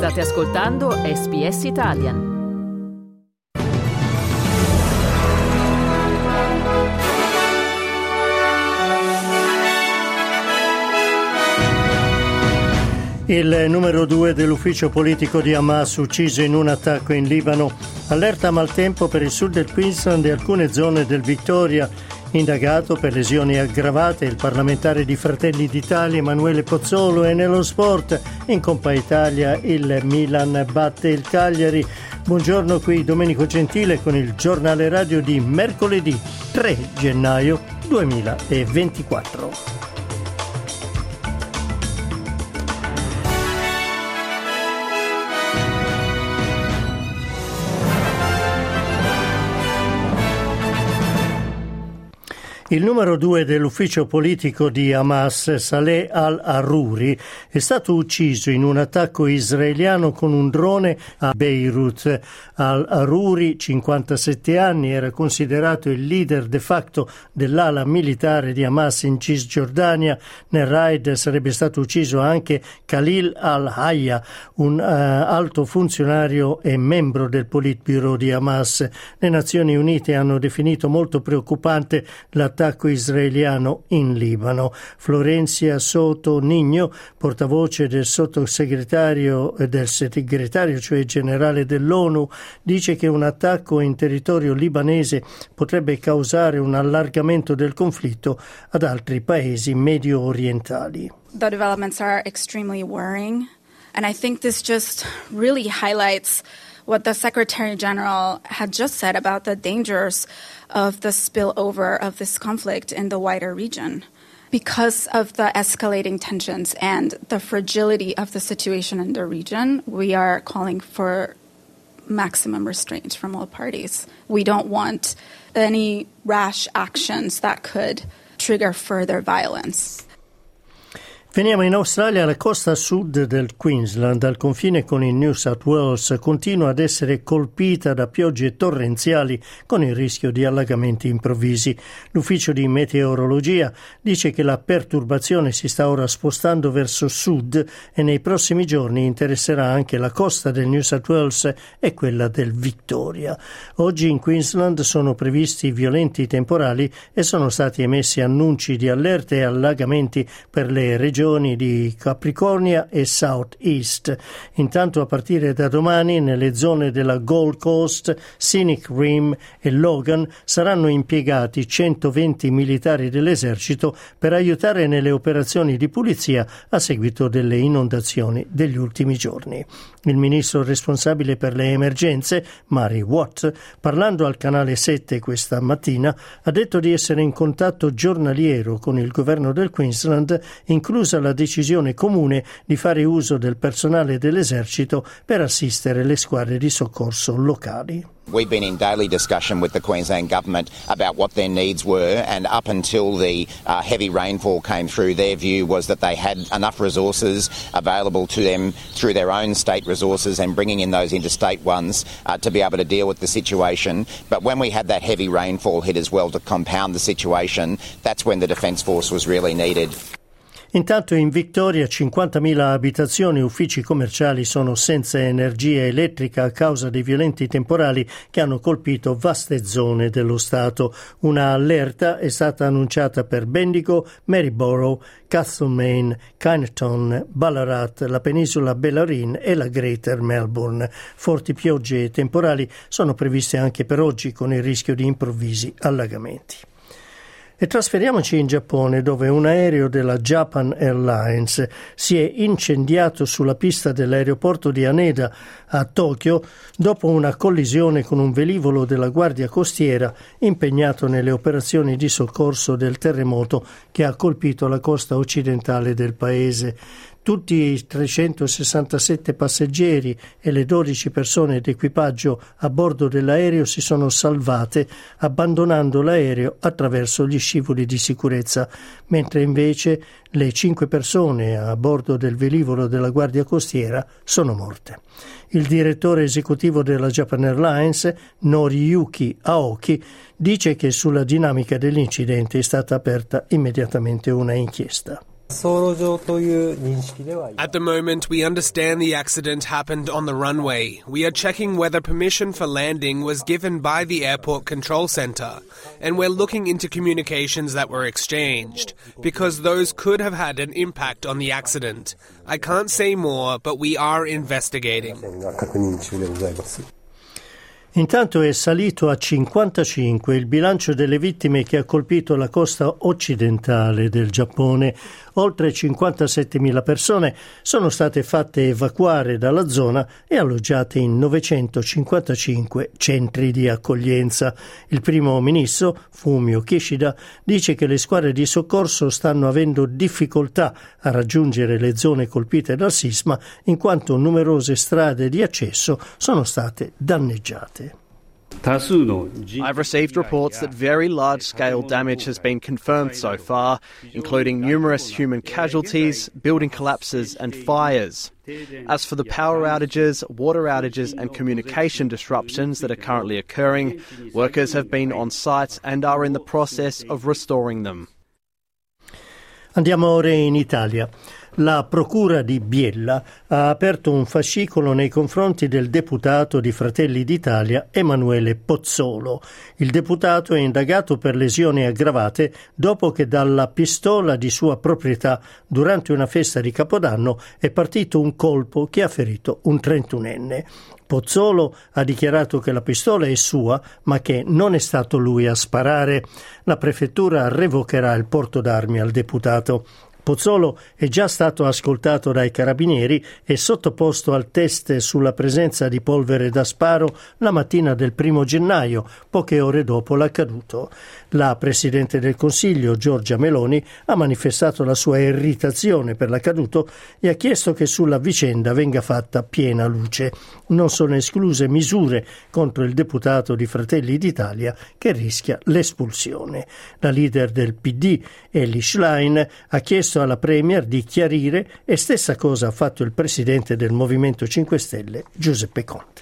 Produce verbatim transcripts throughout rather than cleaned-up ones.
State ascoltando S B S Italian. Il numero due dell'ufficio politico di Hamas ucciso in un attacco in Libano, allerta a maltempo per il sud del Queensland e alcune zone del Victoria. Indagato per lesioni aggravate il parlamentare di Fratelli d'Italia Emanuele Pozzolo. E nello sport, in Coppa Italia il Milan batte il Cagliari. Buongiorno, qui Domenico Gentile con il giornale radio di mercoledì tre gennaio duemilaventiquattro. Il numero due dell'ufficio politico di Hamas, Saleh al-Aruri, è stato ucciso in un attacco israeliano con un drone a Beirut. Al-Aruri, cinquantasette anni, era considerato il leader de facto dell'ala militare di Hamas in Cisgiordania. Nel raid sarebbe stato ucciso anche Khalil al-Hayya, un uh, alto funzionario e membro del Politburo di Hamas. Le Nazioni Unite hanno definito molto preoccupante l'attacco israeliano in Libano. Florencia Soto Nigno, portavoce del sottosegretario del segretario, cioè generale dell'ONU, dice che un attacco in territorio libanese potrebbe causare un allargamento del conflitto ad altri paesi medio orientali. The developments are extremely worrying, and I think this just really highlights what the Secretary General had just said about the dangers of the spillover of this conflict in the wider region. Because of the escalating tensions and the fragility of the situation in the region, we are calling for maximum restraint from all parties. We don't want any rash actions that could trigger further violence. Veniamo in Australia. La costa sud del Queensland, al confine con il New South Wales, continua ad essere colpita da piogge torrenziali con il rischio di allagamenti improvvisi. L'ufficio di meteorologia dice che la perturbazione si sta ora spostando verso sud e nei prossimi giorni interesserà anche la costa del New South Wales e quella del Victoria. Oggi in Queensland sono previsti violenti temporali e sono stati emessi annunci di allerte e allagamenti per le regioni di Capricornia e South East. Intanto a partire da domani nelle zone della Gold Coast, Scenic Rim e Logan saranno impiegati centoventi militari dell'esercito per aiutare nelle operazioni di pulizia a seguito delle inondazioni degli ultimi giorni. Il ministro responsabile per le emergenze, Mary Watt, parlando al canale sette questa mattina, ha detto di essere in contatto giornaliero con il governo del Queensland, inclusa la decisione comune di fare uso del personale dell'esercito per assistere le squadre di soccorso locali. We've been in daily discussion with the Queensland Government about what their needs were, and up until the uh, heavy rainfall came through, their view was that they had enough resources available to them through their own state resources and bringing in those interstate ones uh, to be able to deal with the situation. But when we had that heavy rainfall hit as well to compound the situation, that's when the Defence Force was really needed. Intanto in Victoria cinquantamila abitazioni e uffici commerciali sono senza energia elettrica a causa dei violenti temporali che hanno colpito vaste zone dello Stato. Una allerta è stata annunciata per Bendigo, Maryborough, Castlemaine, Kyneton, Ballarat, la penisola Bellarine e la Greater Melbourne. Forti piogge e temporali sono previste anche per oggi, con il rischio di improvvisi allagamenti. E trasferiamoci in Giappone, dove un aereo della Japan Airlines si è incendiato sulla pista dell'aeroporto di Haneda a Tokyo dopo una collisione con un velivolo della Guardia Costiera impegnato nelle operazioni di soccorso del terremoto che ha colpito la costa occidentale del paese. Tutti i trecentosessantasette passeggeri e le dodici persone d'equipaggio a bordo dell'aereo si sono salvate abbandonando l'aereo attraverso gli scivoli di sicurezza, mentre invece le cinque persone a bordo del velivolo della Guardia Costiera sono morte. Il direttore esecutivo della Japan Airlines, Noriyuki Aoki, dice che sulla dinamica dell'incidente è stata aperta immediatamente una inchiesta. At the moment, we understand the accident happened on the runway. We are checking whether permission for landing was given by the airport control center, and we're looking into communications that were exchanged, because those could have had an impact on the accident. I can't say more, but we are investigating. Intanto è salito a cinquantacinque il bilancio delle vittime che ha colpito la costa occidentale del Giappone. Oltre cinquantasettemila persone sono state fatte evacuare dalla zona e alloggiate in novecentocinquantacinque centri di accoglienza. Il primo ministro, Fumio Kishida, dice che le squadre di soccorso stanno avendo difficoltà a raggiungere le zone colpite dal sisma in quanto numerose strade di accesso sono state danneggiate. I've received reports that very large-scale damage has been confirmed so far, including numerous human casualties, building collapses and fires. As for the power outages, water outages and communication disruptions that are currently occurring, workers have been on site and are in the process of restoring them. Andiamo ora in Italia. La Procura di Biella ha aperto un fascicolo nei confronti del deputato di Fratelli d'Italia Emanuele Pozzolo. Il deputato è indagato per lesioni aggravate dopo che dalla pistola di sua proprietà durante una festa di Capodanno è partito un colpo che ha ferito un trentunenne. Pozzolo ha dichiarato che la pistola è sua, ma che non è stato lui a sparare. La prefettura revocherà il porto d'armi al deputato. Pozzolo è già stato ascoltato dai carabinieri e sottoposto al test sulla presenza di polvere da sparo la mattina del primo gennaio, poche ore dopo l'accaduto. La Presidente del Consiglio, Giorgia Meloni, ha manifestato la sua irritazione per l'accaduto e ha chiesto che sulla vicenda venga fatta piena luce. Non sono escluse misure contro il deputato di Fratelli d'Italia che rischia l'espulsione. La leader del P D, Elly Schlein, ha chiesto alla Premier di chiarire e stessa cosa ha fatto il presidente del Movimento cinque Stelle, Giuseppe Conte.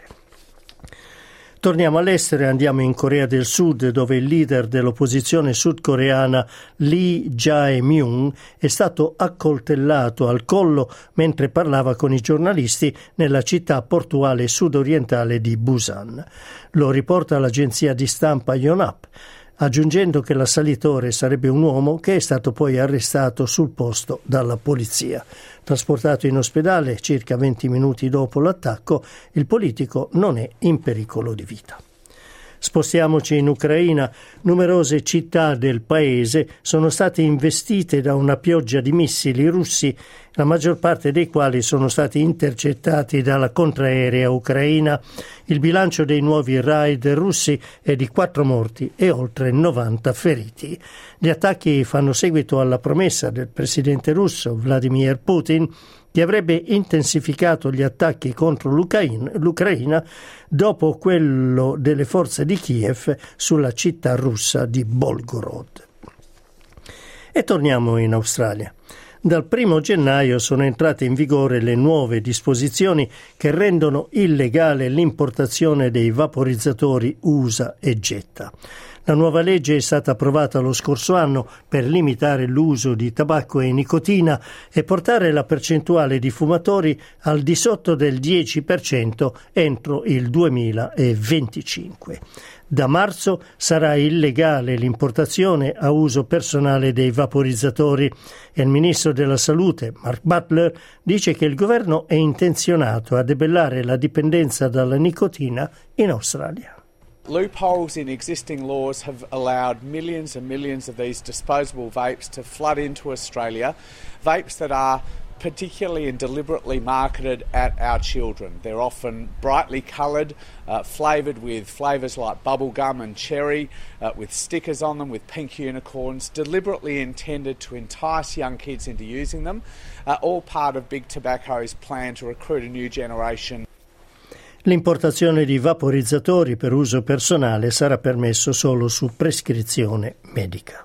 Torniamo all'estero e andiamo in Corea del Sud, dove il leader dell'opposizione sudcoreana Lee Jae-myung è stato accoltellato al collo mentre parlava con i giornalisti nella città portuale sudorientale di Busan. Lo riporta l'agenzia di stampa Yonhap, aggiungendo che l'assalitore sarebbe un uomo che è stato poi arrestato sul posto dalla polizia. Trasportato in ospedale circa venti minuti dopo l'attacco, il politico non è in pericolo di vita. Spostiamoci in Ucraina. Numerose città del paese sono state investite da una pioggia di missili russi, la maggior parte dei quali sono stati intercettati dalla contraerea ucraina. Il bilancio dei nuovi raid russi è di quattro morti e oltre novanta feriti. Gli attacchi fanno seguito alla promessa del presidente russo Vladimir Putin che avrebbe intensificato gli attacchi contro l'Ucraina, l'Ucraina dopo quello delle forze di Kiev sulla città russa di Belgorod. E torniamo in Australia. Dal primo gennaio sono entrate in vigore le nuove disposizioni che rendono illegale l'importazione dei vaporizzatori usa e getta. La nuova legge è stata approvata lo scorso anno per limitare l'uso di tabacco e nicotina e portare la percentuale di fumatori al di sotto del dieci per cento entro il duemilaventicinque. Da marzo sarà illegale l'importazione a uso personale dei vaporizzatori e il ministro della Salute, Mark Butler, dice che il governo è intenzionato a debellare la dipendenza dalla nicotina in Australia. Loopholes in existing laws have allowed millions and millions of these disposable vapes to flood into Australia, vapes that are particularly and deliberately marketed at our children. They're often brightly coloured, uh, flavoured with flavours like bubblegum and cherry, uh, with stickers on them with pink unicorns, deliberately intended to entice young kids into using them, uh, all part of Big Tobacco's plan to recruit a new generation. L'importazione di vaporizzatori per uso personale sarà permesso solo su prescrizione medica.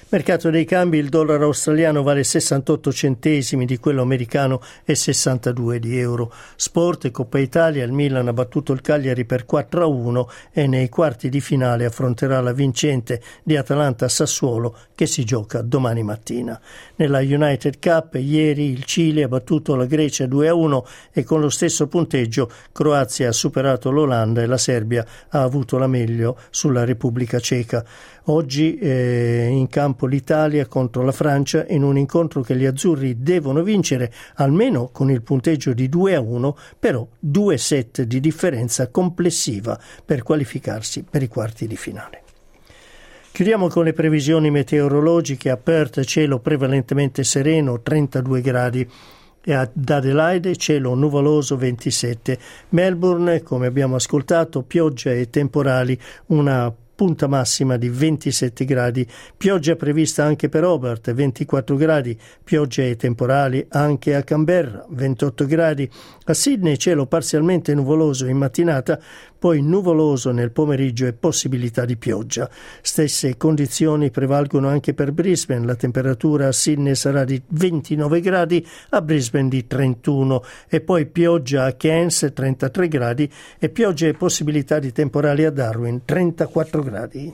Mercato dei cambi, il dollaro australiano vale sessantotto centesimi di quello americano e sessantadue di euro. Sport, Coppa Italia, il Milan ha battuto il Cagliari per quattro a uno e nei quarti di finale affronterà la vincente di Atalanta-Sassuolo che si gioca domani mattina. Nella United Cup ieri il Cile ha battuto la Grecia due a uno e con lo stesso punteggio Croazia ha superato l'Olanda e la Serbia ha avuto la meglio sulla Repubblica Ceca. Oggi eh, in campo l'Italia contro la Francia in un incontro che gli azzurri devono vincere almeno con il punteggio di due a uno, però due set di differenza complessiva per qualificarsi per i quarti di finale. Chiudiamo con le previsioni meteorologiche. A Perth cielo prevalentemente sereno, trentadue gradi. E ad Adelaide cielo nuvoloso, ventisette. Melbourne, come abbiamo ascoltato, pioggia e temporali, una punta massima di ventisette gradi. Pioggia prevista anche per Hobart, ventiquattro gradi. Pioggia e temporali anche a Canberra, ventotto gradi. A Sydney cielo parzialmente nuvoloso in mattinata, poi nuvoloso nel pomeriggio e possibilità di pioggia. Stesse condizioni prevalgono anche per Brisbane. La temperatura a Sydney sarà di ventinove gradi, a Brisbane di trentuno, e poi pioggia a Cairns, trentatré gradi, e pioggia e possibilità di temporali a Darwin, trentaquattro gradi.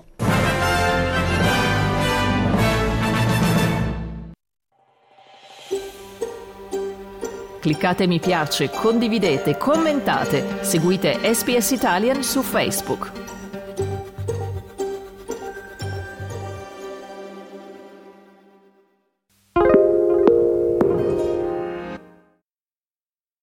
Cliccate mi piace, condividete, commentate, seguite S B S Italian su Facebook.